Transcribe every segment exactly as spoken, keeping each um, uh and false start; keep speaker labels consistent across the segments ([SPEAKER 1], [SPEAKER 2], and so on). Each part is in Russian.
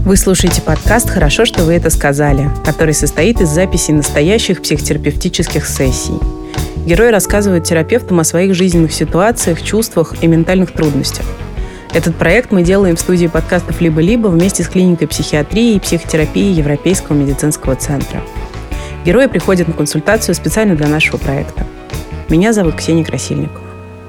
[SPEAKER 1] Вы слушаете подкаст «Хорошо, что вы это сказали», который состоит из записей настоящих психотерапевтических сессий. Герои рассказывают терапевтам о своих жизненных ситуациях, чувствах и ментальных трудностях. Этот проект мы делаем в студии подкастов «Либо-либо» вместе с клиникой психиатрии и психотерапии Европейского медицинского центра. Герои приходят на консультацию специально для нашего проекта. Меня зовут Ксения Красильникова.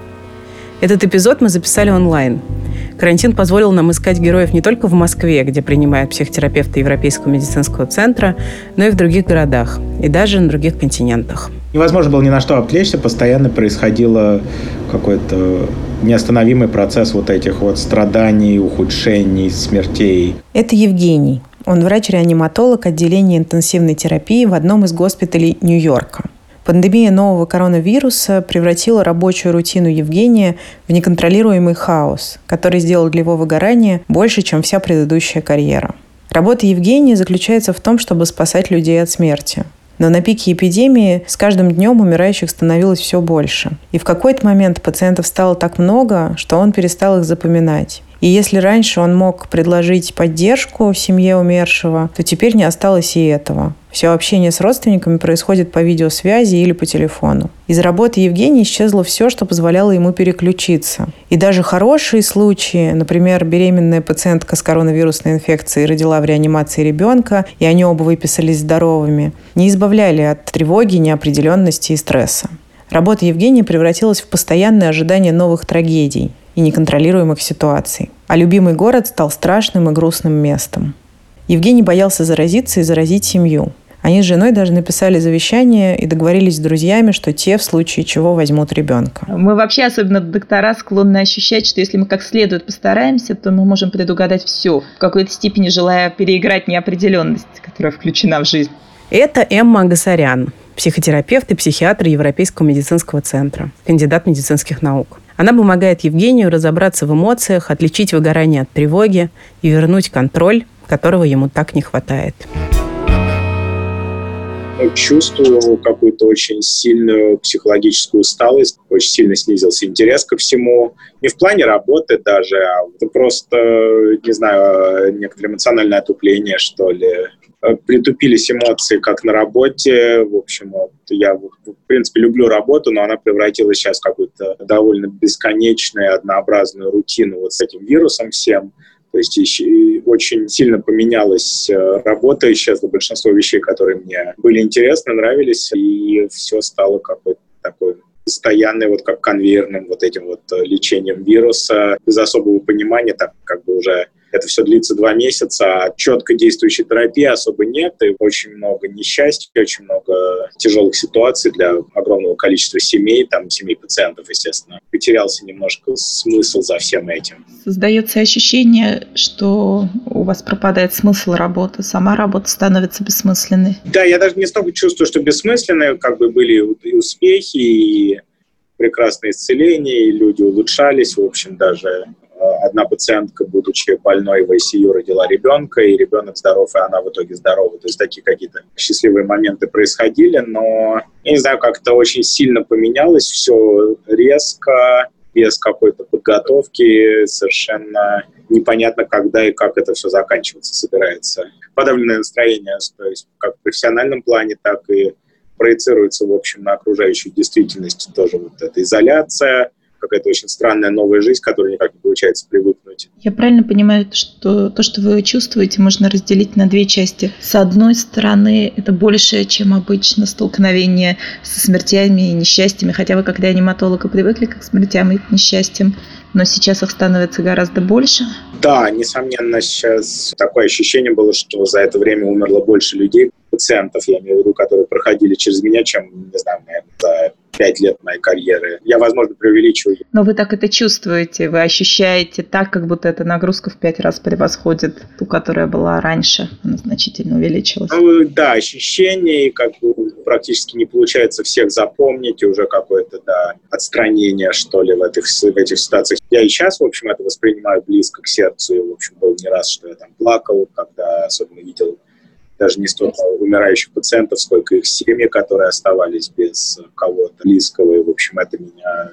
[SPEAKER 1] Этот эпизод мы записали онлайн. Карантин позволил нам искать героев не только в Москве, где принимают психотерапевты Европейского медицинского центра, но и в других городах, и даже на других континентах.
[SPEAKER 2] Невозможно было ни на что отвлечься, постоянно происходило какой-то неостановимый процесс вот этих вот страданий, ухудшений, смертей.
[SPEAKER 1] Это Евгений. Он врач-реаниматолог отделения интенсивной терапии в одном из госпиталей Нью-Йорка. Пандемия нового коронавируса превратила рабочую рутину Евгения в неконтролируемый хаос, который сделал для его выгорания больше, чем вся предыдущая карьера. Работа Евгения заключается в том, чтобы спасать людей от смерти. Но на пике эпидемии с каждым днем умирающих становилось все больше. И в какой-то момент пациентов стало так много, что он перестал их запоминать. И если раньше он мог предложить поддержку семье умершего, то теперь не осталось и этого. Все общение с родственниками происходит по видеосвязи или по телефону. Из работы Евгения исчезло все, что позволяло ему переключиться. И даже хорошие случаи, например, беременная пациентка с коронавирусной инфекцией родила в реанимации ребенка, и они оба выписались здоровыми, не избавляли от тревоги, неопределенности и стресса. Работа Евгения превратилась в постоянное ожидание новых трагедий и неконтролируемых ситуаций. А любимый город стал страшным и грустным местом. Евгений боялся заразиться и заразить семью. Они с женой даже написали завещание и договорились с друзьями, что те в случае чего возьмут ребенка.
[SPEAKER 3] Мы вообще, особенно доктора, склонны ощущать, что если мы как следует постараемся, то мы можем предугадать все, в какой-то степени желая переиграть неопределенность, которая включена в жизнь.
[SPEAKER 1] Это Эмма Агасарян, психотерапевт и психиатр Европейского медицинского центра, кандидат медицинских наук. Она помогает Евгению разобраться в эмоциях, отличить выгорание от тревоги и вернуть контроль, которого ему так не хватает.
[SPEAKER 2] Чувствовал какую-то очень сильную психологическую усталость, очень сильно снизился интерес ко всему. Не в плане работы даже, а просто, не знаю, некоторое эмоциональное отупление, что ли. Притупились эмоции, как на работе. В общем, вот я, в принципе, люблю работу, но она превратилась сейчас в какую-то довольно бесконечную, однообразную рутину вот с этим вирусом всем. То есть очень сильно поменялась работа, исчезло большинство вещей, которые мне были интересны, нравились, и все стало какой-то такой постоянный, вот как конвейерным вот этим вот лечением вируса, без особого понимания, так как бы уже это все длится два месяца, а четко действующей терапии особо нет, и очень много несчастья, очень много тяжелых ситуаций для огромного количества семей, там, семей пациентов, естественно. Потерялся немножко смысл за всем этим.
[SPEAKER 3] Создается ощущение, что у вас пропадает смысл работы, сама работа становится бессмысленной.
[SPEAKER 2] Да, я даже не столько чувствую, что бессмысленные, как бы были и успехи, и прекрасные исцеления, и люди улучшались, в общем, даже... Одна пациентка, будучи больной в ай си ю, родила ребенка, и ребенок здоров, и она в итоге здорова. То есть такие какие-то счастливые моменты происходили, но, я не знаю, как-то очень сильно поменялось все резко, без какой-то подготовки, совершенно непонятно, когда и как это все заканчиваться собирается. Подавленное настроение, то есть как в профессиональном плане, так и проецируется, в общем, на окружающую действительность. Тоже вот эта изоляция, какая-то очень странная новая жизнь, к которой никак не получается привыкнуть.
[SPEAKER 3] Я правильно понимаю, что то, что вы чувствуете, можно разделить на две части. С одной стороны, это больше, чем обычно, столкновение со смертями и несчастьями, хотя вы, как реаниматолог, и привыкли к смертям и к несчастьям, но сейчас их становится гораздо больше.
[SPEAKER 2] Да, несомненно, сейчас такое ощущение было, что за это время умерло больше людей, пациентов, я имею в виду, которые проходили через меня, чем, не знаю, наверное, за пять лет моей карьеры. Я, возможно, преувеличиваю.
[SPEAKER 3] Но вы так это чувствуете, вы ощущаете так, как будто эта нагрузка в пять раз превосходит ту, которая была раньше. Она значительно увеличилась.
[SPEAKER 2] Ну, да, ощущений, как бы практически не получается всех запомнить, и уже какое-то, да, отстранение, что ли, в этих, в этих ситуациях. Я и сейчас, в общем, это воспринимаю близко к сердцу, и, в общем, был не раз, что я там плакал, когда особенно видел даже не столько умирающих пациентов, сколько их семьи, которые оставались без кого-то близкого. И, в общем, это меня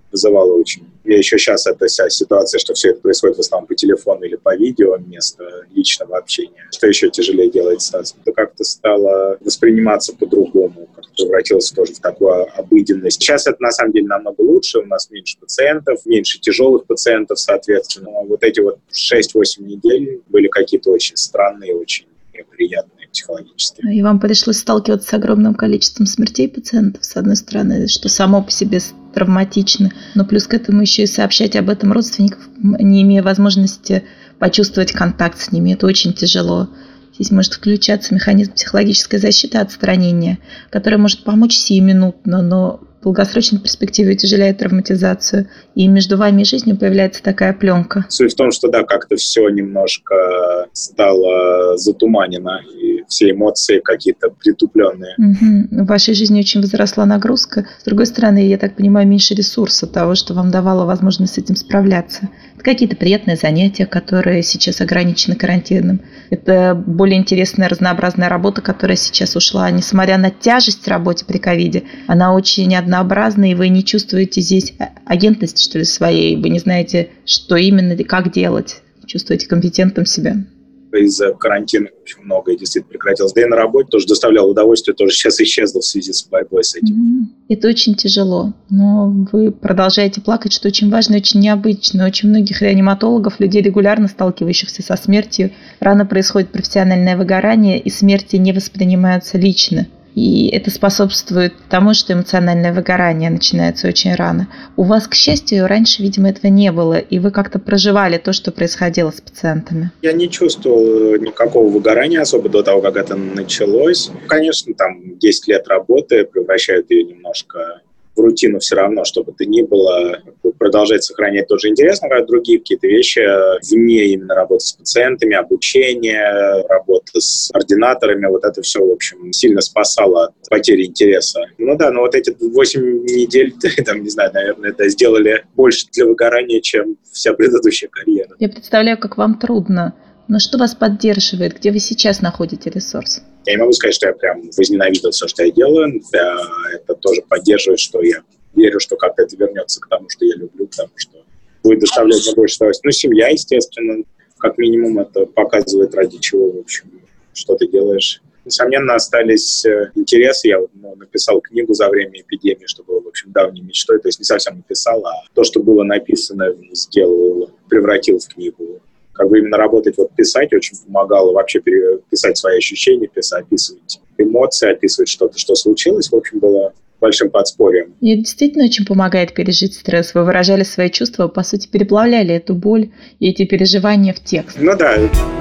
[SPEAKER 2] вызывало очень. Я еще сейчас эта вся ситуация, что все это происходит в основном по телефону или по видео вместо личного общения. Что еще тяжелее делать сразу? Это как-то стало восприниматься по-другому, как-то превратилось тоже в такую обыденность. Сейчас это на самом деле намного лучше, у нас меньше пациентов, меньше тяжелых пациентов, соответственно. Но вот эти вот шесть-восемь недель были какие-то очень странные, очень неприятные психологически.
[SPEAKER 3] И вам пришлось сталкиваться с огромным количеством смертей пациентов, с одной стороны, что само по себе травматично, но плюс к этому еще и сообщать об этом родственникам, не имея возможности почувствовать контакт с ними. Это очень тяжело. Здесь может включаться механизм психологической защиты отстранения, который может помочь сиюминутно, но в долгосрочной перспективе утяжеляет травматизацию. И между вами и жизнью появляется такая пленка.
[SPEAKER 2] Суть в том, что да, как-то все немножко стало затуманено, и все эмоции какие-то притупленные.
[SPEAKER 3] Угу. В вашей жизни очень возросла нагрузка. С другой стороны, я так понимаю, меньше ресурса того, что вам давало возможность с этим справляться. Это какие-то приятные занятия, которые сейчас ограничены карантином. Это более интересная, разнообразная работа, которая сейчас ушла. Несмотря на тяжесть работы при ковиде, она очень однообразная, и вы не чувствуете здесь агентности, что ли, своей. Вы не знаете, что именно и как делать. Чувствуете компетентным себя.
[SPEAKER 2] Из-за карантина очень многое действительно прекратилось. Да и на работе тоже доставлял удовольствие, тоже сейчас исчезло в связи с борьбой с этим.
[SPEAKER 3] Mm-hmm. Это очень тяжело, но вы продолжаете плакать, что очень важно и очень необычно. Очень многих реаниматологов, людей, регулярно сталкивающихся со смертью, рано происходит профессиональное выгорание, и смерти не воспринимаются лично. И это способствует тому, что эмоциональное выгорание начинается очень рано. У вас, к счастью, раньше, видимо, этого не было, и вы как-то проживали то, что происходило с пациентами.
[SPEAKER 2] Я не чувствовал никакого выгорания особо до того, как это началось. Конечно, там десять лет работы превращают ее немножко в рутину все равно, что бы то ни было, продолжать сохранять тоже интересно, как другие какие-то вещи вне именно работы с пациентами, обучение, работа с ординаторами, вот это все, в общем, сильно спасало от потери интереса. Ну да, но вот эти восемь недель, там, не знаю, наверное, это сделали больше для выгорания, чем вся предыдущая карьера.
[SPEAKER 3] Я представляю, как вам трудно. Но что вас поддерживает? Где вы сейчас находите ресурс?
[SPEAKER 2] Я не могу сказать, что я прям возненавидел все, что я делаю. Это тоже поддерживает, что я верю, что как-то это вернется к тому, что я люблю, потому что будет доставлять мне больше удовольствия. Ну, семья, естественно, как минимум это показывает, ради чего, в общем, что ты делаешь. Несомненно, остались интересы. Я ну, написал книгу за время эпидемии, что было, в общем, давней мечтой. То есть не совсем написал, а то, что было написано, сделал, превратил в книгу. Как бы именно работать, вот писать очень помогало вообще переписать свои ощущения, писать, описывать эмоции, описывать что-то, что случилось. В общем, было большим подспорьем.
[SPEAKER 3] И это действительно очень помогает пережить стресс. Вы выражали свои чувства, по сути, переплавляли эту боль и эти переживания в текст.
[SPEAKER 2] Ну да.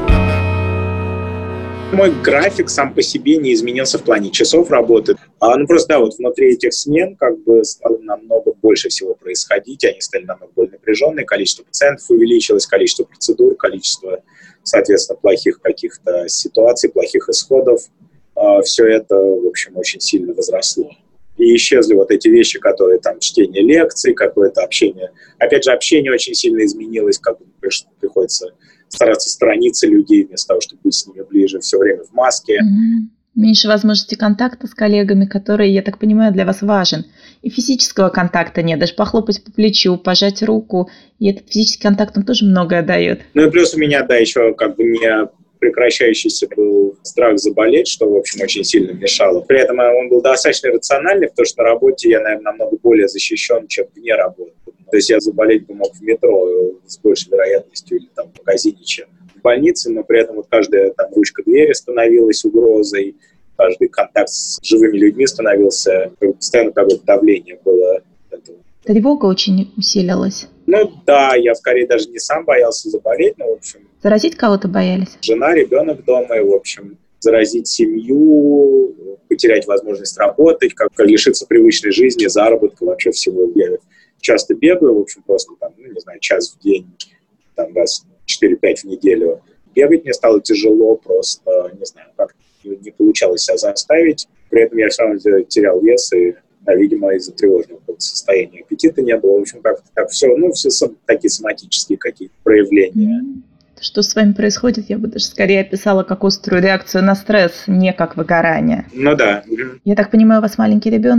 [SPEAKER 2] Мой график сам по себе не изменился в плане часов работы. А, ну просто да, вот внутри этих смен как бы стало намного больше всего происходить, они стали намного более напряженные, количество пациентов увеличилось, количество процедур, количество, соответственно, плохих каких-то ситуаций, плохих исходов. А, все это, в общем, очень сильно возросло. И исчезли вот эти вещи, которые там чтение лекций, какое-то общение. Опять же, общение очень сильно изменилось, как бы приходится стараться сторониться людей вместо того, чтобы быть с ними ближе, все время в маске.
[SPEAKER 3] Mm-hmm. Меньше возможности контакта с коллегами, который, я так понимаю, для вас важен. И физического контакта нет, даже похлопать по плечу, пожать руку. И этот физический контакт, он тоже многое дает.
[SPEAKER 2] Ну и плюс у меня, да, еще как бы не прекращающийся был страх заболеть, что, в общем, очень сильно мешало. При этом он был достаточно рациональный, потому что на работе я, наверное, намного более защищен, чем вне работы. То есть я заболеть бы мог в метро с большей вероятностью или там в магазине, чем в больнице, но при этом вот каждая там ручка двери становилась угрозой, каждый контакт с живыми людьми становился, постоянно какое-то давление было.
[SPEAKER 3] Тревога очень усилилась.
[SPEAKER 2] Ну да, я скорее даже не сам боялся заболеть, но в общем...
[SPEAKER 3] Заразить кого-то боялись?
[SPEAKER 2] Жена, ребенок дома, и в общем заразить семью, потерять возможность работать, как лишиться привычной жизни, заработка, вообще всего. Я часто бегаю, в общем, просто там, ну, не знаю, час в день, там раз четыре-пять в неделю. Бегать мне стало тяжело, просто, не знаю, как не получалось себя заставить. При этом я все равно терял вес, и, да, видимо, из-за тревожного состояния аппетита не было. В общем, как-то так все, ну, все такие соматические какие-то проявления.
[SPEAKER 3] Что с вами происходит, я бы даже скорее описала как острую реакцию на стресс, не как выгорание.
[SPEAKER 2] Ну да.
[SPEAKER 3] Я так понимаю, у вас маленький ребенок?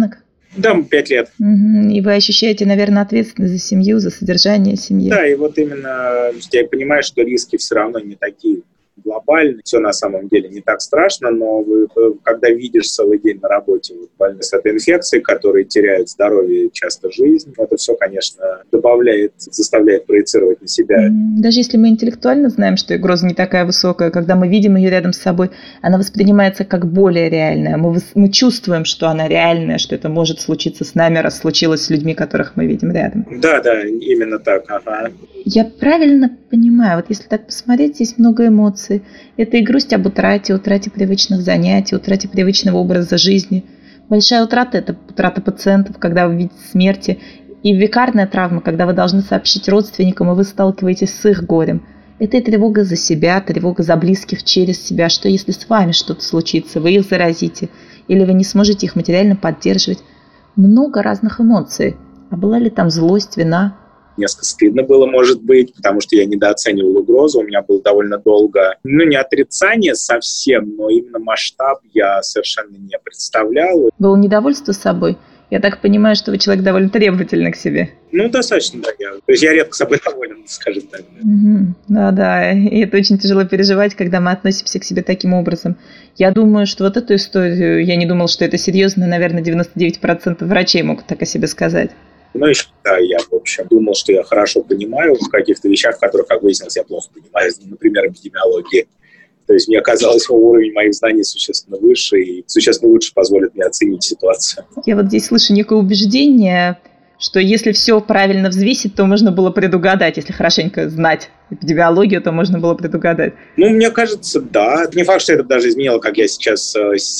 [SPEAKER 2] Да, пять лет.
[SPEAKER 3] Угу. И вы ощущаете, наверное, ответственность за семью, за содержание семьи.
[SPEAKER 2] Да, и вот именно я понимаю, что риски все равно не такие глобальные. Все на самом деле не так страшно, но вы, когда видишь целый день на работе вот, больных с этой инфекцией, которые теряют здоровье и часто жизнь, это все, конечно, добавляет, заставляет проецировать на себя.
[SPEAKER 3] Даже если мы интеллектуально знаем, что угроза не такая высокая, когда мы видим ее рядом с собой, она воспринимается как более реальная. Мы, мы чувствуем, что она реальная, что это может случиться с нами, раз случилось с людьми, которых мы видим рядом.
[SPEAKER 2] Да, да, именно так. Ага.
[SPEAKER 3] Я правильно понимаю, вот если так посмотреть, здесь много эмоций. Это и грусть об утрате, утрате привычных занятий, утрате привычного образа жизни. Большая утрата – это утрата пациентов, когда вы видите смерти. И викарная травма, когда вы должны сообщить родственникам, и вы сталкиваетесь с их горем. Это и тревога за себя, тревога за близких через себя. Что если с вами что-то случится, вы их заразите, или вы не сможете их материально поддерживать. Много разных эмоций. А была ли там злость, вина?
[SPEAKER 2] Несколько стыдно было, может быть, потому что я недооценивал угрозу. У меня было довольно долго, ну, не отрицание совсем, но именно масштаб я совершенно не представлял.
[SPEAKER 3] Было недовольство собой? Я так понимаю, что вы человек довольно требовательный к себе.
[SPEAKER 2] Ну, достаточно, да. Я, то есть я редко собой доволен, скажем так.
[SPEAKER 3] Угу. Да-да, и это очень тяжело переживать, когда мы относимся к себе таким образом. Я думаю, что вот эту историю, я не думал, что это серьезно, наверное, девяносто девять процентов врачей могут так о себе сказать.
[SPEAKER 2] Ну, еще, да, я, в общем, думал, что я хорошо понимаю в каких-то вещах, в которых, как выяснилось, я плохо понимаю, например, эпидемиологии. То есть мне казалось, что уровень моих знаний существенно выше и существенно лучше позволит мне оценить ситуацию.
[SPEAKER 3] Я вот здесь слышу некое убеждение, что если все правильно взвесить, то можно было предугадать. Если хорошенько знать эпидемиологию, то можно было предугадать.
[SPEAKER 2] Ну, мне кажется, да. Не факт, что это даже изменило, как я сейчас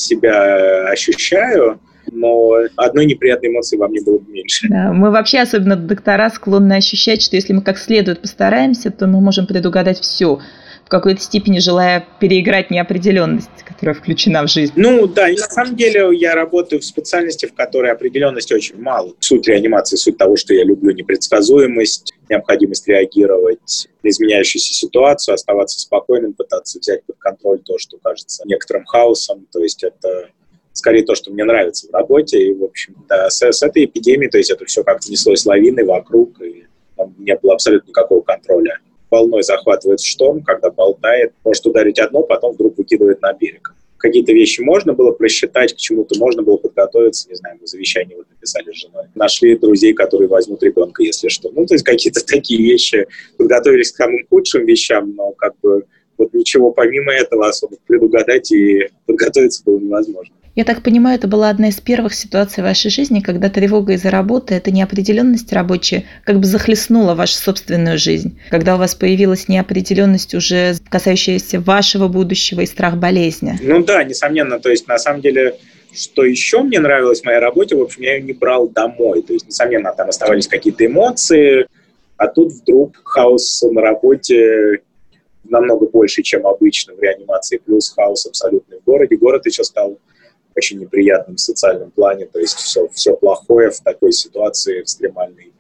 [SPEAKER 2] себя ощущаю. Но одной неприятной эмоции во мне было бы меньше.
[SPEAKER 3] Да, мы вообще, особенно доктора, склонны ощущать, что если мы как следует постараемся, то мы можем предугадать все, в какой-то степени желая переиграть неопределенность, которая включена в жизнь.
[SPEAKER 2] Ну да, и на самом деле я работаю в специальности, в которой определенности очень мало. Суть реанимации, суть того, что я люблю непредсказуемость, необходимость реагировать на изменяющуюся ситуацию, оставаться спокойным, пытаться взять под контроль то, что кажется некоторым хаосом. То есть это скорее то, что мне нравится в работе. И, в общем, да, с, с этой эпидемией, то есть это все как-то неслось лавиной вокруг, и там не было абсолютно никакого контроля. Волной захватывает в шторм, когда болтает, может ударить одно, потом вдруг выкидывает на берег. Какие-то вещи можно было просчитать, к чему-то можно было подготовиться, не знаю, мы завещание вот написали с женой. Нашли друзей, которые возьмут ребенка, если что. Ну, то есть какие-то такие вещи. Подготовились к самым худшим вещам, но как бы вот ничего помимо этого особо предугадать и подготовиться было невозможно.
[SPEAKER 3] Я так понимаю, это была одна из первых ситуаций в вашей жизни, когда тревога из-за работы, эта неопределенность рабочая, как бы захлестнула вашу собственную жизнь. Когда у вас появилась неопределенность, уже касающаяся вашего будущего и страх болезни.
[SPEAKER 2] Ну да, несомненно. То есть, на самом деле, что еще мне нравилось в моей работе, в общем, я ее не брал домой. То есть, несомненно, там оставались какие-то эмоции, а тут вдруг хаос на работе намного больше, чем обычно в реанимации, плюс хаос абсолютный в городе. Город еще стал очень неприятным в социальном плане, то есть все, все плохое в такой ситуации экстремальной.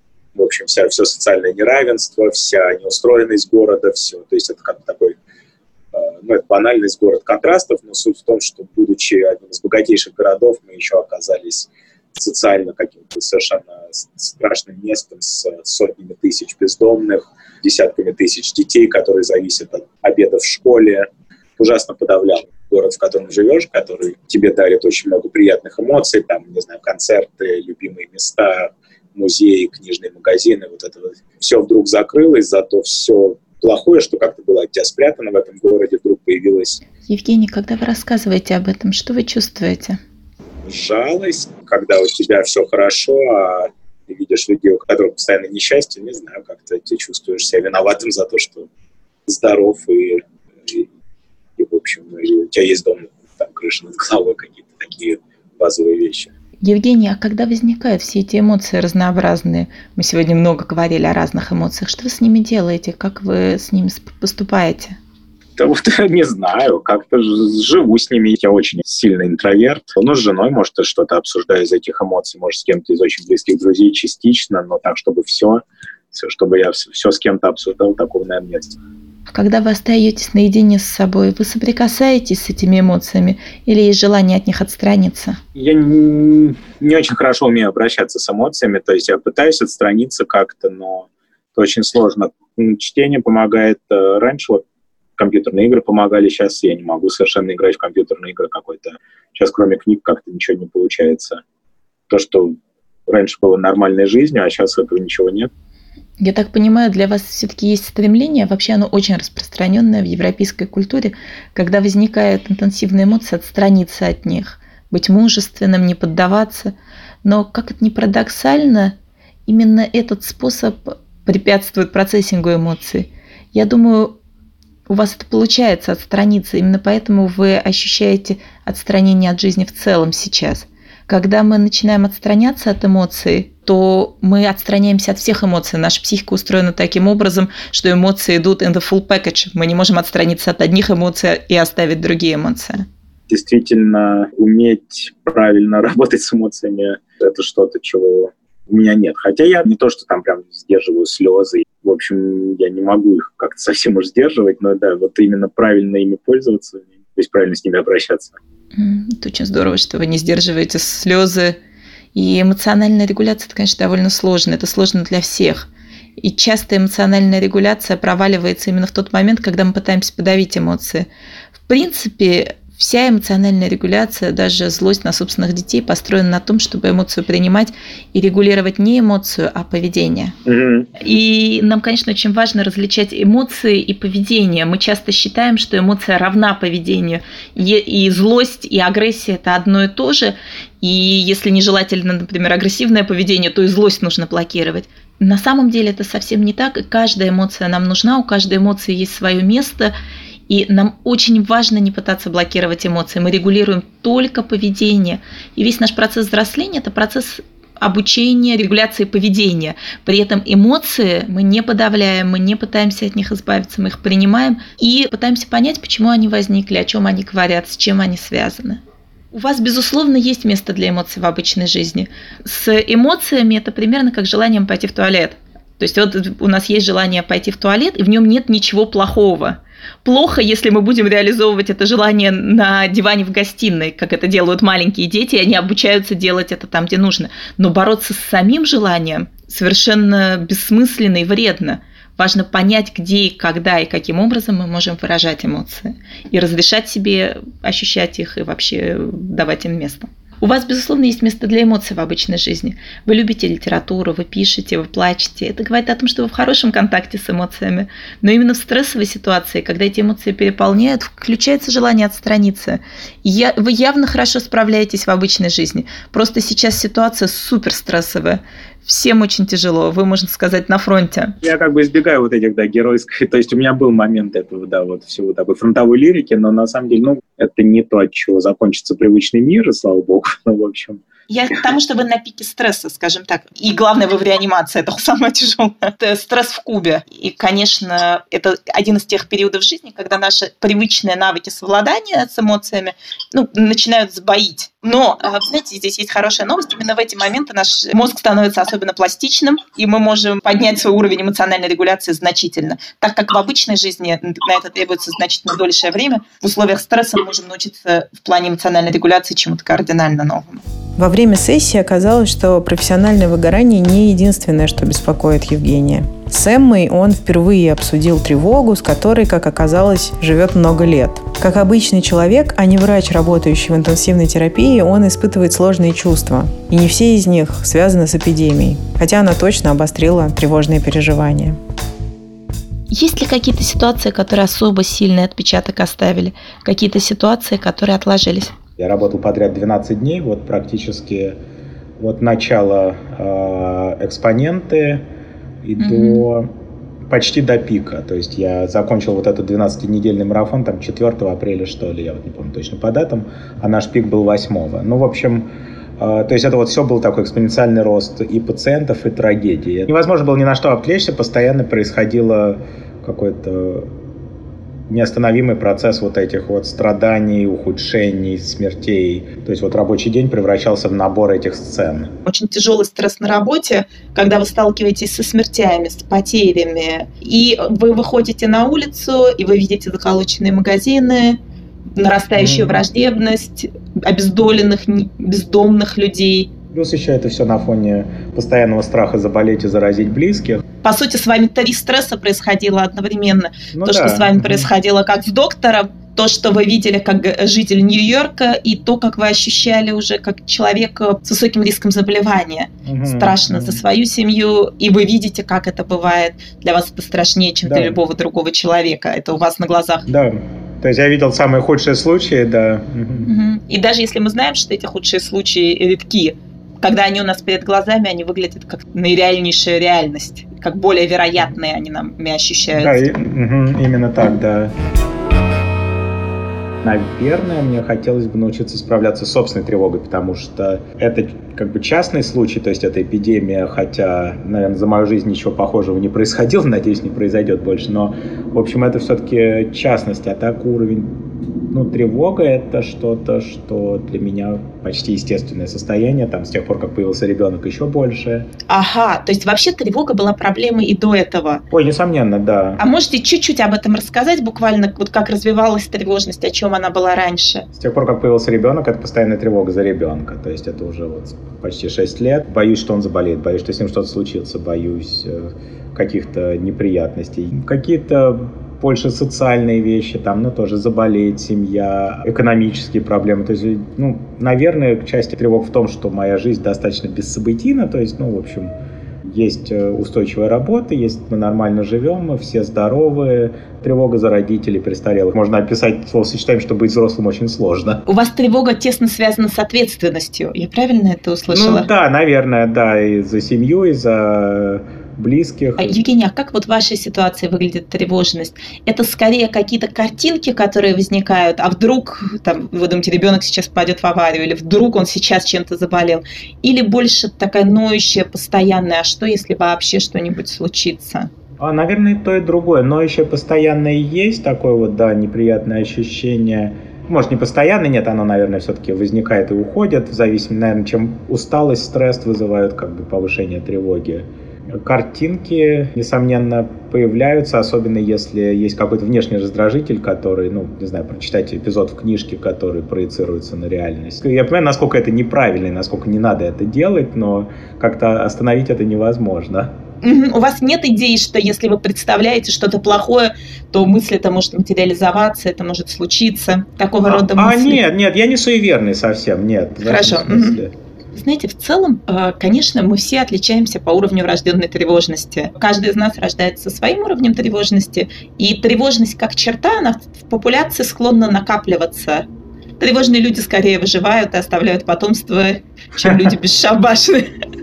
[SPEAKER 2] В общем, вся, все социальное неравенство, вся неустроенность города, все. То есть это как такой, э, ну, это банальность город контрастов, но суть в том, что, будучи одним из богатейших городов, мы еще оказались социально каким-то совершенно страшным местом с сотнями тысяч бездомных, десятками тысяч детей, которые зависят от обеда в школе. Ужасно подавлял город, в котором живешь, который тебе дарит очень много приятных эмоций, там, не знаю, концерты, любимые места, музеи, книжные магазины, вот это вот. Все вдруг закрылось, зато все плохое, что как-то было от тебя спрятано в этом городе, вдруг появилось.
[SPEAKER 3] Евгений, когда вы рассказываете об этом, что вы чувствуете?
[SPEAKER 2] Жалость, когда у тебя все хорошо, а ты видишь людей, у которых постоянно несчастье, не знаю, как-то ты чувствуешь себя виноватым за то, что здоров и, и, и в общем, и у тебя есть дом, там, крыша над головой, какие-то такие базовые вещи.
[SPEAKER 3] Евгений, а когда возникают все эти эмоции разнообразные, мы сегодня много говорили о разных эмоциях, что вы с ними делаете, как вы с ними поступаете?
[SPEAKER 2] Да вот не знаю, как-то живу с ними. Я очень сильный интроверт. Но с женой, может, что-то обсуждаю из этих эмоций, может, с кем-то из очень близких друзей частично, но так, чтобы все, все чтобы я все с кем-то обсуждал, такого, наверное, нет.
[SPEAKER 3] А когда вы остаетесь наедине с собой, вы соприкасаетесь с этими эмоциями или есть желание от них отстраниться?
[SPEAKER 2] Я не, не очень хорошо умею обращаться с эмоциями, то есть я пытаюсь отстраниться как-то, но это очень сложно. Чтение помогает. Раньше вот компьютерные игры помогали, сейчас я не могу совершенно играть в компьютерные игры какой-то. Сейчас кроме книг как-то ничего не получается. То, что раньше было нормальной жизнью, а сейчас этого ничего нет.
[SPEAKER 3] Я так понимаю, для вас все-таки есть стремление, вообще оно очень распространенное в европейской культуре, когда возникает интенсивная эмоция, отстраниться от них, быть мужественным, не поддаваться. Но, как это ни парадоксально, именно этот способ препятствует процессингу эмоций. Я думаю, у вас это получается отстраниться, именно поэтому вы ощущаете отстранение от жизни в целом сейчас. Когда мы начинаем отстраняться от эмоций, то мы отстраняемся от всех эмоций. Наша психика устроена таким образом, что эмоции идут in the full package. Мы не можем отстраниться от одних эмоций и оставить другие эмоции.
[SPEAKER 2] Действительно, уметь правильно работать с эмоциями – это что-то, чего у меня нет. Хотя я не то, что там прям сдерживаю слезы. В общем, я не могу их как-то совсем уж сдерживать, но да, вот именно правильно ими пользоваться, то есть правильно с ними обращаться.
[SPEAKER 3] Это очень здорово, что вы не сдерживаете слезы. И эмоциональная регуляция, это, конечно, довольно сложно. Это сложно для всех. И часто эмоциональная регуляция проваливается именно в тот момент, когда мы пытаемся подавить эмоции. В принципе, вся эмоциональная регуляция, даже злость на собственных детей, построена на том, чтобы эмоцию принимать и регулировать не эмоцию, а поведение. Mm-hmm. И нам, конечно, очень важно различать эмоции и поведение. Мы часто считаем, что эмоция равна поведению. И злость, и агрессия – это одно и то же. И если нежелательно, например, агрессивное поведение, то и злость нужно блокировать. На самом деле это совсем не так. И каждая эмоция нам нужна, у каждой эмоции есть свое место. И нам очень важно не пытаться блокировать эмоции. Мы регулируем только поведение. И весь наш процесс взросления – это процесс обучения, регуляции поведения. При этом эмоции мы не подавляем, мы не пытаемся от них избавиться, мы их принимаем и пытаемся понять, почему они возникли, о чем они говорят, с чем они связаны. У вас, безусловно, есть место для эмоций в обычной жизни. С эмоциями это примерно как желанием пойти в туалет. То есть вот у нас есть желание пойти в туалет, и в нем нет ничего плохого. Плохо, если мы будем реализовывать это желание на диване в гостиной, как это делают маленькие дети, и они обучаются делать это там, где нужно. Но бороться с самим желанием совершенно бессмысленно и вредно. Важно понять, где, когда и каким образом мы можем выражать эмоции. И разрешать себе ощущать их и вообще давать им место. У вас, безусловно, есть место для эмоций в обычной жизни. Вы любите литературу, вы пишете, вы плачете. Это говорит о том, что вы в хорошем контакте с эмоциями. Но именно в стрессовой ситуации, когда эти эмоции переполняют, включается желание отстраниться. И я, вы явно хорошо справляетесь в обычной жизни. Просто сейчас ситуация супер стрессовая. Всем очень тяжело, вы, можно сказать, на фронте.
[SPEAKER 2] Я как бы избегаю вот этих, да, геройских. То есть у меня был момент этого, да, вот всего такой фронтовой лирики, но на самом деле, ну, это не то, от чего закончится привычный мир, и слава богу, ну, в общем.
[SPEAKER 3] Я к тому, что вы на пике стресса, скажем так. И главное, вы в реанимации, это самое тяжелое. Это стресс в кубе. И, конечно, это один из тех периодов жизни, когда наши привычные навыки совладания с эмоциями, ну, начинают сбоить. Но, знаете, здесь есть хорошая новость. Именно в эти моменты наш мозг становится особенно пластичным, и мы можем поднять свой уровень эмоциональной регуляции значительно. Так как в обычной жизни на это требуется значительно дольшее время, в условиях стресса мы можем научиться в плане эмоциональной регуляции чему-то кардинально новому.
[SPEAKER 1] Во время сессии оказалось, что профессиональное выгорание не единственное, что беспокоит Евгения. С Эммой он впервые обсудил тревогу, с которой, как оказалось, живет много лет. Как обычный человек, а не врач, работающий в интенсивной терапии, он испытывает сложные чувства. И не все из них связаны с эпидемией, хотя она точно обострила тревожные переживания.
[SPEAKER 3] Есть ли какие-то ситуации, которые особо сильный отпечаток оставили? Какие-то ситуации, которые отложились?
[SPEAKER 2] Я работал подряд двенадцать дней, вот практически от начала э, экспоненты и mm-hmm. до почти до пика. То есть я закончил вот этот двенадцатинедельный марафон там четвёртого апреля, что ли, я вот не помню точно по датам, а наш пик был восьмого. Ну, в общем, э, то есть это вот все был такой экспоненциальный рост и пациентов, и трагедии. Невозможно было ни на что отвлечься, постоянно происходило какое-то неостановимый процесс вот этих вот страданий, ухудшений, смертей. То есть вот рабочий день превращался в набор этих сцен.
[SPEAKER 3] Очень тяжелый стресс на работе, когда вы сталкиваетесь со смертями, с потерями, и вы выходите на улицу, и вы видите заколоченные магазины, нарастающую mm. враждебность, обездоленных, бездомных людей.
[SPEAKER 2] Плюс еще это все на фоне постоянного страха заболеть и заразить близких.
[SPEAKER 3] По сути, с вами три стресса происходило одновременно. Ну, то, да. что с вами mm-hmm. происходило как с доктором, то, что вы видели как житель Нью-Йорка, и то, как вы ощущали уже как человек с высоким риском заболевания. Mm-hmm. Страшно mm-hmm. за свою семью, и вы видите, как это бывает. Для вас это страшнее, чем да. для любого другого человека. Это у вас на глазах.
[SPEAKER 2] Да. То есть я видел самые худшие случаи, да.
[SPEAKER 3] Mm-hmm. И даже если мы знаем, что эти худшие случаи редки, когда они у нас перед глазами, они выглядят как наиреальнейшая реальность, как более вероятные они нами ощущаются.
[SPEAKER 2] Да, и, угу, именно так, да. Наверное, мне хотелось бы научиться справляться с собственной тревогой, потому что это как бы частный случай, то есть это эпидемия, хотя, наверное, за мою жизнь ничего похожего не происходило, надеюсь, не произойдет больше, но, в общем, это все-таки частность, а так уровень, ну, тревога — это что-то, что для меня почти естественное состояние, там, с тех пор, как появился ребенок, еще больше.
[SPEAKER 3] Ага, то есть вообще тревога была проблемой и до этого?
[SPEAKER 2] Ой, несомненно, да.
[SPEAKER 3] А можете чуть-чуть об этом рассказать, буквально, вот как развивалась тревожность, о чем она была раньше?
[SPEAKER 2] С тех пор, как появился ребенок, это постоянная тревога за ребенка, то есть это уже вот почти шесть лет. Боюсь, что он заболеет, боюсь, что с ним что-то случится, боюсь э, каких-то неприятностей, какие-то больше социальные вещи, там, ну, тоже заболеть, семья, экономические проблемы. То есть, ну, наверное, часть тревог в том, что моя жизнь достаточно бессобытийна, то есть, ну, в общем, есть устойчивая работа, есть, мы нормально живем, мы все здоровы. Тревога за родителей престарелых. Можно описать словосочетанием, что быть взрослым очень сложно.
[SPEAKER 3] У вас тревога тесно связана с ответственностью. Я правильно это услышала?
[SPEAKER 2] Ну, да, наверное, да, и за семью, и за близких.
[SPEAKER 3] А, Евгения, а как вот в вашей ситуации выглядит тревожность? Это скорее какие-то картинки, которые возникают, а вдруг, там, вы думаете, ребенок сейчас попадет в аварию, или вдруг он сейчас чем-то заболел, или больше такая ноющая, постоянная, а что, если вообще что-нибудь случится?
[SPEAKER 2] А, наверное, и то, и другое. Ноющее постоянно и есть такое вот, да, неприятное ощущение. Может, не постоянно, нет, оно, наверное, все-таки возникает и уходит, в зависимости, наверное, чем усталость, стресс вызывают как бы повышение тревоги. Картинки, несомненно, появляются, особенно если есть какой-то внешний раздражитель, который, ну, не знаю, прочитать эпизод в книжке, который проецируется на реальность. Я понимаю, насколько это неправильно, и насколько не надо это делать, но как-то остановить это невозможно.
[SPEAKER 3] У вас нет идеи, что если вы представляете что-то плохое, то мысль это может материализоваться, это может случиться, такого а, рода мысли?
[SPEAKER 2] А, нет, нет, я не суеверный совсем, нет.
[SPEAKER 3] Хорошо. Знаете, в целом, конечно, мы все отличаемся по уровню врожденной тревожности. Каждый из нас рождается со своим уровнем тревожности, и тревожность как черта, она в популяции склонна накапливаться. Тревожные люди скорее выживают и оставляют потомство, чем люди бесшабашные.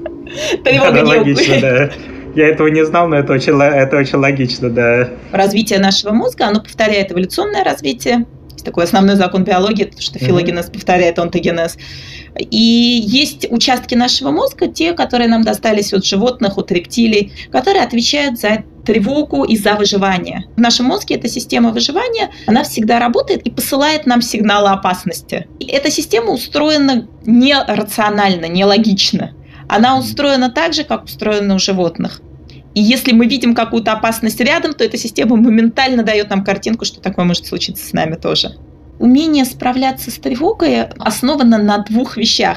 [SPEAKER 2] Тревога не логично, да. Я этого не знал, но это очень, это очень логично, да.
[SPEAKER 3] Развитие нашего мозга, оно повторяет эволюционное развитие. Есть такой основной закон биологии, что филогенез повторяет онтогенез. И есть участки нашего мозга, те, которые нам достались от животных, от рептилий, которые отвечают за тревогу и за выживание. В нашем мозге эта система выживания, она всегда работает и посылает нам сигналы опасности. И эта система устроена нерационально, нелогично. Она устроена так же, как устроена у животных. И если мы видим какую-то опасность рядом, то эта система моментально дает нам картинку, что такое может случиться с нами тоже. Умение справляться с тревогой основано на двух вещах.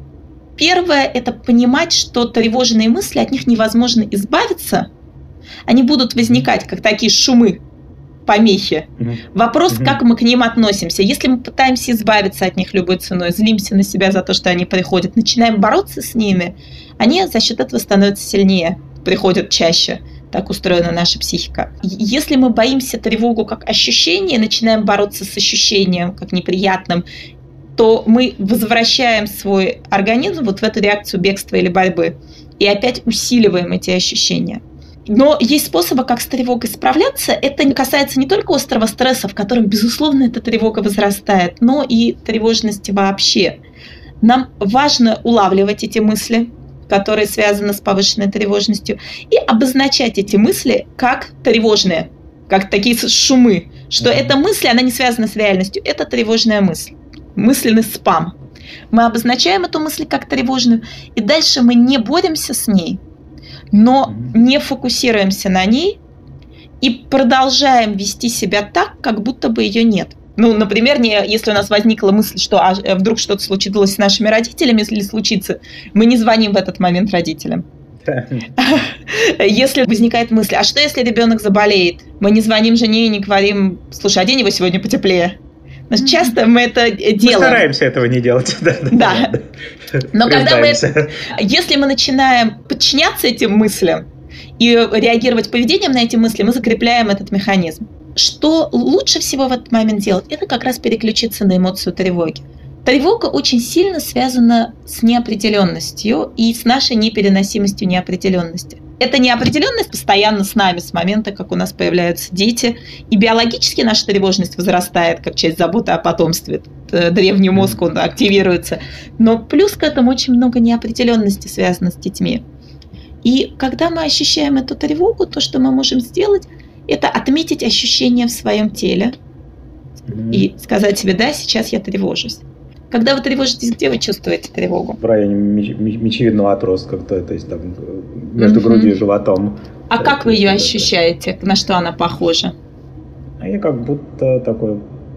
[SPEAKER 3] Первое – это понимать, что тревожные мысли, от них невозможно избавиться. Они будут возникать, как такие шумы, помехи. Mm-hmm. Вопрос, mm-hmm. как мы к ним относимся. Если мы пытаемся избавиться от них любой ценой, злимся на себя за то, что они приходят, начинаем бороться с ними, они за счет этого становятся сильнее, приходят чаще. Так устроена наша психика. Если мы боимся тревогу как ощущение, начинаем бороться с ощущением как неприятным, то мы возвращаем свой организм вот в эту реакцию бегства или борьбы и опять усиливаем эти ощущения. Но есть способы, как с тревогой справляться. Это касается не только острого стресса, в котором, безусловно, эта тревога возрастает, но и тревожности вообще. Нам важно улавливать эти мысли, которые связаны с повышенной тревожностью, и обозначать эти мысли как тревожные, как такие шумы, что mm-hmm. эта мысль, она не связана с реальностью, это тревожная мысль, мысленный спам. Мы обозначаем эту мысль как тревожную, и дальше мы не боремся с ней, но mm-hmm. не фокусируемся на ней и продолжаем вести себя так, как будто бы ее нет. Ну, например, не, если у нас возникла мысль, что а, вдруг что-то случилось с нашими родителями, если случится, мы не звоним в этот момент родителям. Если возникает мысль, а что если ребенок заболеет, мы не звоним жене и не говорим, слушай, одень его сегодня потеплее. Часто мы это делаем. Мы
[SPEAKER 2] стараемся этого не делать.
[SPEAKER 3] Да. да. Но когда мы, если мы начинаем подчиняться этим мыслям и реагировать поведением на эти мысли, мы закрепляем этот механизм. Что лучше всего в этот момент делать, это как раз переключиться на эмоцию тревоги. Тревога очень сильно связана с неопределенностью и с нашей непереносимостью неопределенности. Эта неопределенность постоянно с нами с момента, как у нас появляются дети. И биологически наша тревожность возрастает, как часть заботы о потомстве. Древний мозг, он активируется. Но плюс к этому очень много неопределенности связано с детьми. И когда мы ощущаем эту тревогу, то, что мы можем сделать, это отметить ощущения в своем теле mm-hmm. и сказать себе, да, сейчас я тревожусь. Когда вы тревожитесь, где вы чувствуете тревогу?
[SPEAKER 2] В районе мечевидного отростка, то есть там между mm-hmm. грудью и животом.
[SPEAKER 3] А так, как вы ее ощущаете? На что она похожа?
[SPEAKER 2] А я как будто такой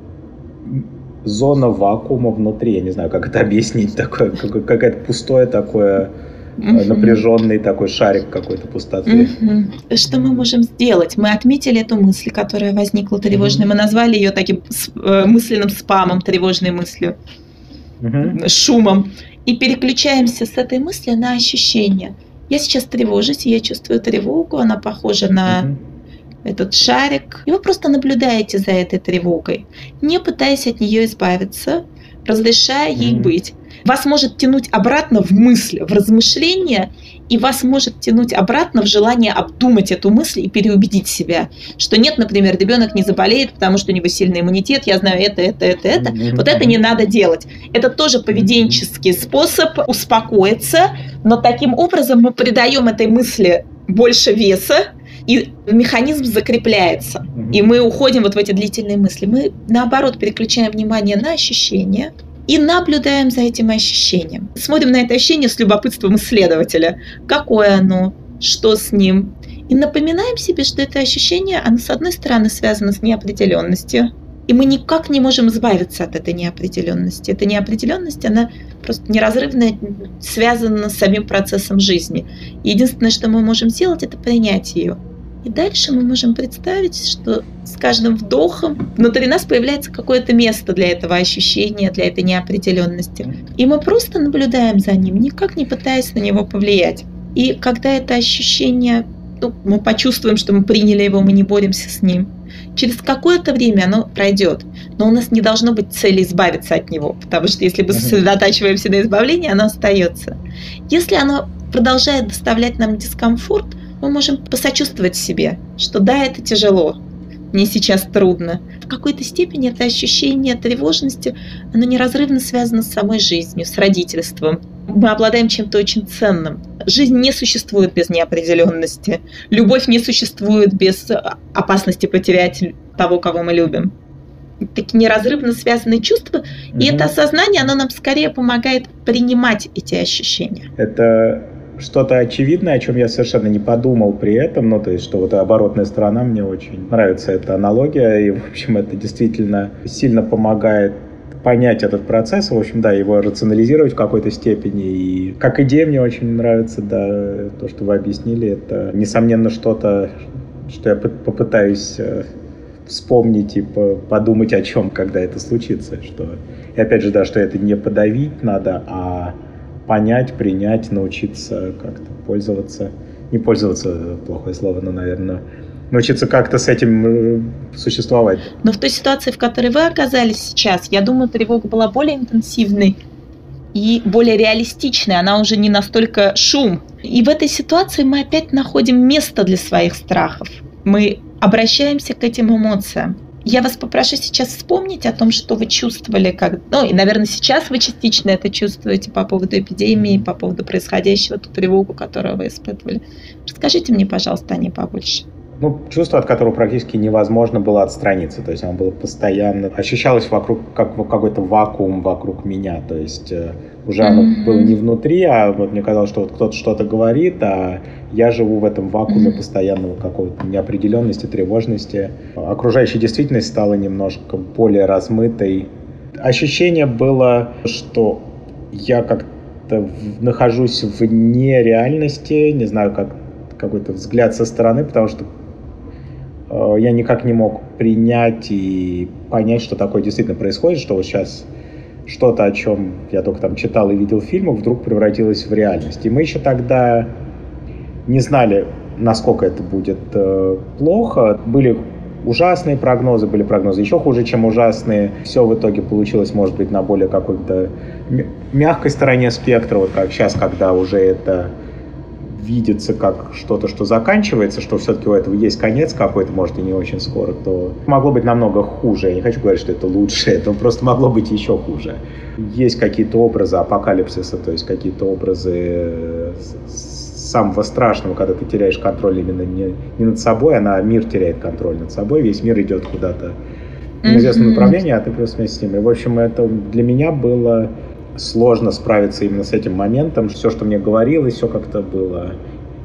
[SPEAKER 2] зона вакуума внутри, я не знаю, как это объяснить, такое, какое-то пустое такое... Uh-huh. напряженный такой шарик какой-то пустоты.
[SPEAKER 3] Uh-huh. Что мы можем сделать? Мы отметили эту мысль, которая возникла тревожной. Uh-huh. Мы назвали ее таким мысленным спамом, тревожной мыслью, uh-huh. шумом. И переключаемся с этой мысли на ощущения. Я сейчас тревожусь, я чувствую тревогу, она похожа на uh-huh. этот шарик. И вы просто наблюдаете за этой тревогой, не пытаясь от нее избавиться, разрешая uh-huh. ей быть. Вас может тянуть обратно в мысль, в размышления, и вас может тянуть обратно в желание обдумать эту мысль и переубедить себя, что нет, например, ребенок не заболеет, потому что у него сильный иммунитет, я знаю это, это, это, это. Mm-hmm. Вот это не надо делать. Это тоже поведенческий способ успокоиться, но таким образом мы придаем этой мысли больше веса, и механизм закрепляется. Mm-hmm. И мы уходим вот в эти длительные мысли. Мы, наоборот, переключаем внимание на ощущения, и наблюдаем за этим ощущением. Смотрим на это ощущение с любопытством исследователя. Какое оно? Что с ним? И напоминаем себе, что это ощущение, оно с одной стороны связано с неопределенностью. И мы никак не можем избавиться от этой неопределенности. Эта неопределенность, она просто неразрывно связана с самим процессом жизни. Единственное, что мы можем сделать, это принять ее. И дальше мы можем представить, что с каждым вдохом внутри нас появляется какое-то место для этого ощущения, для этой неопределенности. И мы просто наблюдаем за ним, никак не пытаясь на него повлиять. И когда это ощущение, ну, мы почувствуем, что мы приняли его, мы не боремся с ним, через какое-то время оно пройдет. Но у нас не должно быть цели избавиться от него, потому что если мы сосредотачиваемся на избавлении, оно остается. Если оно продолжает доставлять нам дискомфорт, мы можем посочувствовать себе, что да, это тяжело, мне сейчас трудно. В какой-то степени это ощущение тревожности, оно неразрывно связано с самой жизнью, с родительством. Мы обладаем чем-то очень ценным. Жизнь не существует без неопределенности. Любовь не существует без опасности потерять того, кого мы любим. Такие неразрывно связанные чувства, mm-hmm. и это осознание, оно нам скорее помогает принимать эти ощущения.
[SPEAKER 2] Это что-то очевидное, о чем я совершенно не подумал при этом, ну, то есть, что вот оборотная сторона, мне очень нравится эта аналогия, и, в общем, это действительно сильно помогает понять этот процесс, в общем, да, его рационализировать в какой-то степени, и как идея мне очень нравится, да, то, что вы объяснили, это, несомненно, что-то, что я попытаюсь вспомнить и подумать о чем, когда это случится, что, и опять же, да, что это не подавить надо, а понять, принять, научиться как-то пользоваться. Не пользоваться, плохое слово, но, наверное, научиться как-то с этим существовать.
[SPEAKER 3] Но в той ситуации, в которой вы оказались сейчас, я думаю, тревога была более интенсивной и более реалистичной. Она уже не настолько шум. И в этой ситуации мы опять находим место для своих страхов. Мы обращаемся к этим эмоциям. Я вас попрошу сейчас вспомнить о том, что вы чувствовали, как, ну и, наверное, сейчас вы частично это чувствуете по поводу эпидемии, по поводу происходящего, ту тревогу, которую вы испытывали. Расскажите мне, пожалуйста, о ней побольше.
[SPEAKER 2] ну, чувство, от которого практически невозможно было отстраниться. То есть оно было постоянно... Ощущалось вокруг, как какой-то вакуум вокруг меня. То есть э, уже оно mm-hmm. было не внутри, а вот мне казалось, что вот кто-то что-то говорит, а я живу в этом вакууме mm-hmm. постоянного какой-то неопределенности, тревожности. Окружающая действительность стала немножко более размытой. Ощущение было, что я как-то нахожусь вне реальности, не знаю, как какой-то взгляд со стороны, потому что э, я никак не мог принять и понять, что такое действительно происходит, что вот сейчас что-то, о чем я только там читал и видел в фильмах, вдруг превратилось в реальность. И мы еще тогда не знали, насколько это будет э, плохо. Были ужасные прогнозы, были прогнозы еще хуже, чем ужасные. Все в итоге получилось, может быть, на более какой-то мягкой стороне спектра, вот как сейчас, когда уже это видится как что-то, что заканчивается, что все-таки у этого есть конец какой-то, может, и не очень скоро, то могло быть намного хуже. Я не хочу говорить, что это лучше, это просто могло быть еще хуже. Есть какие-то образы апокалипсиса, то есть какие-то образы самого страшного, когда ты теряешь контроль именно не, не над собой, а мир теряет контроль над собой, весь мир идет куда-то в неизвестном направлении, а ты просто вместе с ним. И, в общем, это для меня было сложно справиться именно с этим моментом. Все, что мне говорилось, все как-то было,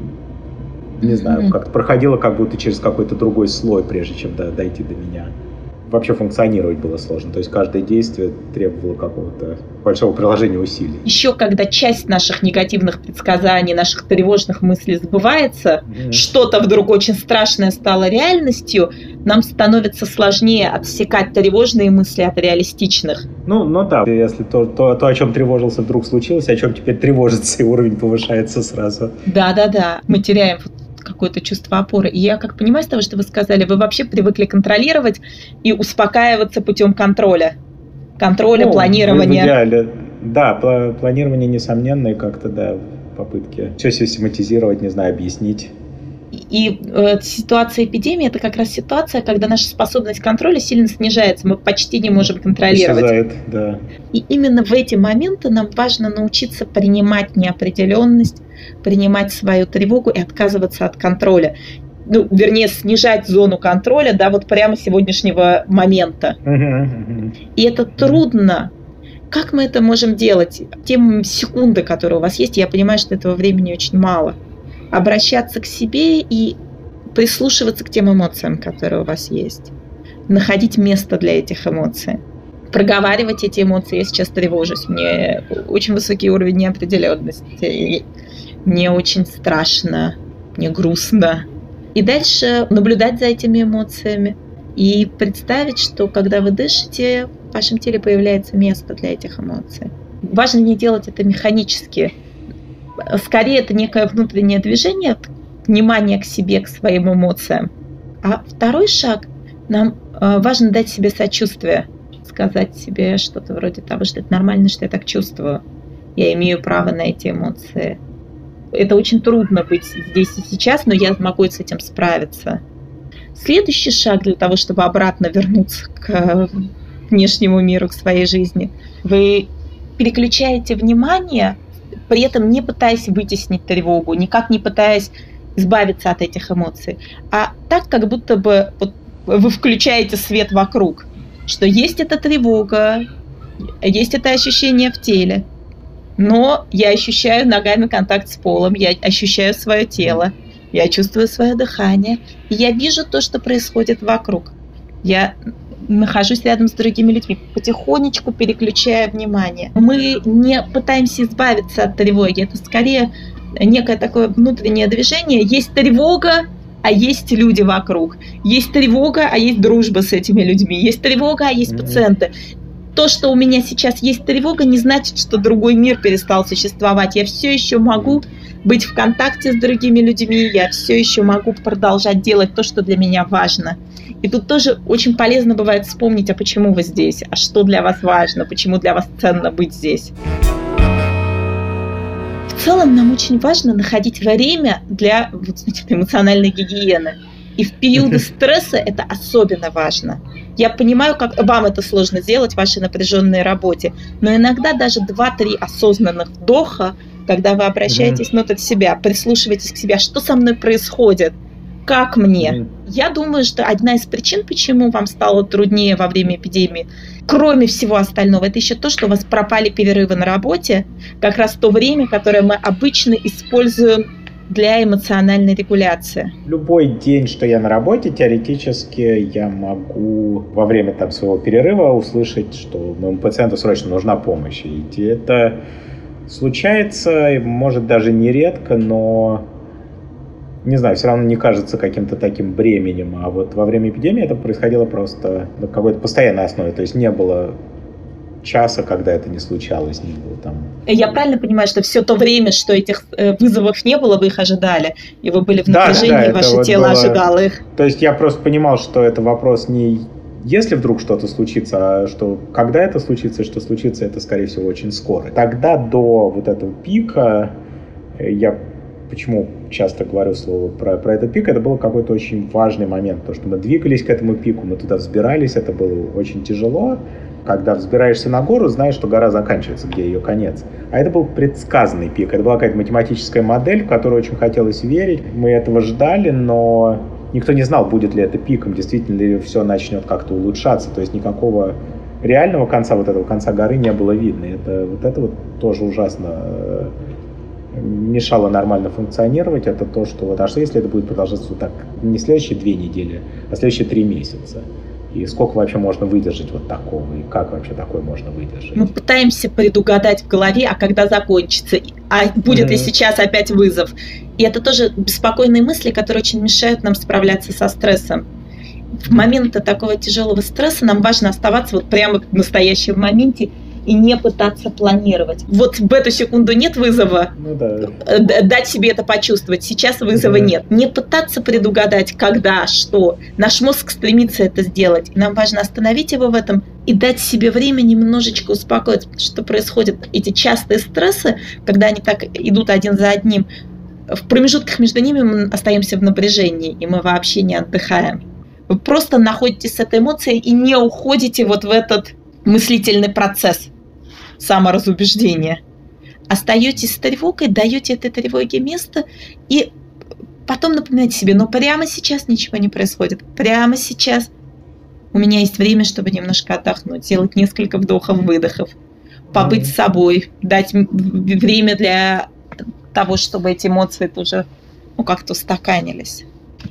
[SPEAKER 2] не знаю, mm-hmm. как-то проходило как будто через какой-то другой слой, прежде чем до, дойти до меня. Вообще функционировать было сложно. То есть каждое действие требовало какого-то большого приложения усилий.
[SPEAKER 3] Еще когда часть наших негативных предсказаний, наших тревожных мыслей сбывается, mm-hmm. что-то вдруг очень страшное стало реальностью, нам становится сложнее отсекать тревожные мысли от реалистичных.
[SPEAKER 2] Ну, ну да, если то, то, то, о чем тревожился, вдруг случилось, о чем теперь тревожится, и уровень повышается сразу.
[SPEAKER 3] Да-да-да, мы теряем какое-то чувство опоры. И я как понимаю, с того, что вы сказали, вы вообще привыкли контролировать и успокаиваться путем контроля. Контроля, ну, планирования. В
[SPEAKER 2] идеале, да, планирование несомненно, и как-то, да, попытки все систематизировать, не знаю, объяснить.
[SPEAKER 3] И э, ситуация эпидемии – это как раз ситуация, когда наша способность контроля сильно снижается, мы почти не можем контролировать.
[SPEAKER 2] Исчезает, да.
[SPEAKER 3] И именно в эти моменты нам важно научиться принимать неопределенность, принимать свою тревогу и отказываться от контроля. Ну, вернее, снижать зону контроля, да, вот прямо сегодняшнего момента. Uh-huh, uh-huh. И это трудно. Как мы это можем делать? Те секунды, которые у вас есть, я понимаю, что этого времени очень мало. Обращаться к себе и прислушиваться к тем эмоциям, которые у вас есть. Находить место для этих эмоций. Проговаривать эти эмоции. Я сейчас тревожусь. Мне очень высокий уровень неопределенности. Мне очень страшно. Мне грустно. И дальше наблюдать за этими эмоциями. И представить, что когда вы дышите, в вашем теле появляется место для этих эмоций. Важно не делать это механически. Скорее, это некое внутреннее движение, внимание к себе, к своим эмоциям. А второй шаг, нам важно дать себе сочувствие, сказать себе что-то вроде того, что это нормально, что я так чувствую. Я имею право на эти эмоции. Это очень трудно быть здесь и сейчас, но я могу с этим справиться. Следующий шаг для того, чтобы обратно вернуться к внешнему миру, к своей жизни, вы переключаете внимание, при этом не пытаясь вытеснить тревогу, никак не пытаясь избавиться от этих эмоций, а так, как будто бы вот вы включаете свет вокруг, что есть эта тревога, есть это ощущение в теле, но я ощущаю ногами контакт с полом, я ощущаю свое тело, я чувствую свое дыхание, и я вижу то, что происходит вокруг. Я нахожусь рядом с другими людьми, потихонечку переключая внимание. Мы не пытаемся избавиться от тревоги, это скорее некое такое внутреннее движение. Есть тревога, а есть люди вокруг. Есть тревога, а есть дружба с этими людьми. Есть тревога, а есть mm-hmm. пациенты. То, что у меня сейчас есть тревога, не значит, что другой мир перестал существовать. Я все еще могу быть в контакте с другими людьми, я все еще могу продолжать делать то, что для меня важно. И тут тоже очень полезно бывает вспомнить, а почему вы здесь, а что для вас важно, почему для вас ценно быть здесь. В целом нам очень важно находить время для вот, знаете, эмоциональной гигиены. И в периоды стресса это особенно важно. Я понимаю, как вам это сложно делать в вашей напряженной работе, но иногда даже два-три осознанных вдоха, когда вы обращаетесь внутрь себя, прислушиваетесь к себе, что со мной происходит, как мне? Mm. Я думаю, что одна из причин, почему вам стало труднее во время эпидемии, кроме всего остального, это еще то, что у вас пропали перерывы на работе, как раз то время, которое мы обычно используем для эмоциональной регуляции.
[SPEAKER 2] Любой день, что я на работе, теоретически я могу во время там своего перерыва услышать, что моему пациенту срочно нужна помощь. И это случается, может, даже нередко, но, не знаю, все равно не кажется каким-то таким бременем. А вот во время эпидемии это происходило просто на какой-то постоянной основе. То есть не было часа, когда это не случалось, не было там.
[SPEAKER 3] Я правильно понимаю, что все то время, что этих вызовов не было, вы их ожидали, и вы были в напряжении, да, да, и ваше вот тело было... ожидало их?
[SPEAKER 2] То есть я просто понимал, что это вопрос не если вдруг что-то случится, а что когда это случится, и что случится, это, скорее всего, очень скоро. Тогда до вот этого пика, я почему часто говорю слово про, про этот пик, это был какой-то очень важный момент, потому что мы двигались к этому пику, мы туда взбирались, это было очень тяжело. Когда взбираешься на гору, знаешь, что гора заканчивается, где ее конец. А это был предсказанный пик. Это была какая-то математическая модель, в которую очень хотелось верить. Мы этого ждали, но никто не знал, будет ли это пиком, действительно ли все начнет как-то улучшаться. То есть никакого реального конца, вот этого конца горы не было видно. Это, вот это вот тоже ужасно мешало нормально функционировать. Это то, что вот, а что если это будет продолжаться вот так не следующие две недели, а следующие три месяца? И сколько вообще можно выдержать вот такого? И как вообще такое можно выдержать?
[SPEAKER 3] Мы пытаемся предугадать в голове, а когда закончится, а будет mm-hmm. ли сейчас опять вызов. И это тоже беспокойные мысли, которые очень мешают нам справляться со стрессом. В моменты такого тяжелого стресса нам важно оставаться вот прямо в настоящем моменте и не пытаться планировать. Вот в эту секунду нет вызова,
[SPEAKER 2] ну, да.
[SPEAKER 3] дать себе это почувствовать. Сейчас вызова да. нет. Не пытаться предугадать, когда, что. Наш мозг стремится это сделать. И нам важно остановить его в этом и дать себе время немножечко успокоиться, что происходит. Эти частые стрессы, когда они так идут один за одним, в промежутках между ними мы остаемся в напряжении, и мы вообще не отдыхаем. Вы просто находитесь с этой эмоцией и не уходите вот в этот мыслительный процесс саморазубеждения. Остаетесь с тревогой, даете этой тревоге место и потом напоминаете себе, но прямо сейчас ничего не происходит. Прямо сейчас у меня есть время, чтобы немножко отдохнуть, сделать несколько вдохов-выдохов, побыть с собой, дать время для того, чтобы эти эмоции тоже ну, как-то устаканились.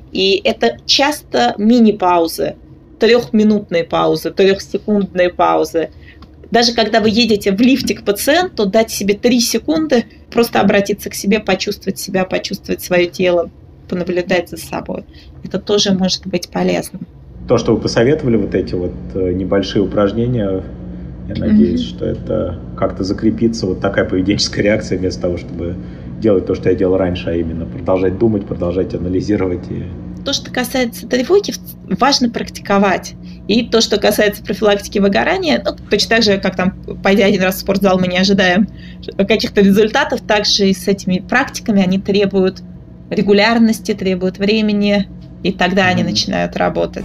[SPEAKER 3] И это часто мини-паузы, трехминутные паузы, трехсекундные паузы. Даже когда вы едете в лифте к пациенту, дать себе три секунды, просто обратиться к себе, почувствовать себя, почувствовать свое тело, понаблюдать за собой. Это тоже может быть полезным.
[SPEAKER 2] То, что вы посоветовали, вот эти вот небольшие упражнения, я надеюсь, mm-hmm. что это как-то закрепится, вот такая поведенческая реакция, вместо того, чтобы делать то, что я делал раньше, а именно продолжать думать, продолжать анализировать. И...
[SPEAKER 3] То, что касается тревоги, важно практиковать. И то, что касается профилактики выгорания, ну, точно так же, как там, пойдя один раз в спортзал, мы не ожидаем каких-то результатов, также и с этими практиками они требуют регулярности, требуют времени, и тогда mm-hmm. они начинают работать.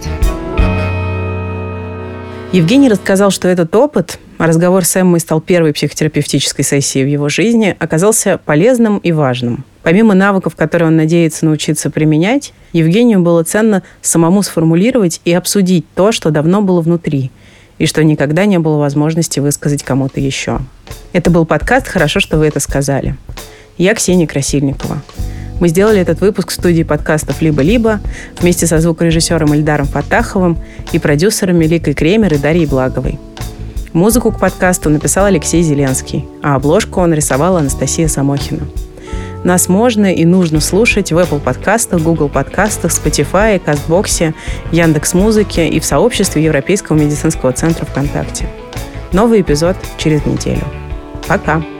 [SPEAKER 1] Евгений рассказал, что этот опыт, разговор с Эммой стал первой психотерапевтической сессией в его жизни, оказался полезным и важным. Помимо навыков, которые он надеется научиться применять, Евгению было ценно самому сформулировать и обсудить то, что давно было внутри, и что никогда не было возможности высказать кому-то еще. Это был подкаст «Хорошо, что вы это сказали». Я Ксения Красильникова. Мы сделали этот выпуск в студии подкастов «Либо-либо» вместе со звукорежиссером Ильдаром Фаттаховым и продюсерами Ликой Кремер и Дарьей Благовой. Музыку к подкасту написал Алексей Зеленский, а обложку он рисовала Анастасия Самохина. Нас можно и нужно слушать в Apple подкастах, Google подкастах, Spotify, Кастбоксе, Яндекс.Музыке и в сообществе Европейского медицинского центра ВКонтакте. Новый эпизод через неделю. Пока!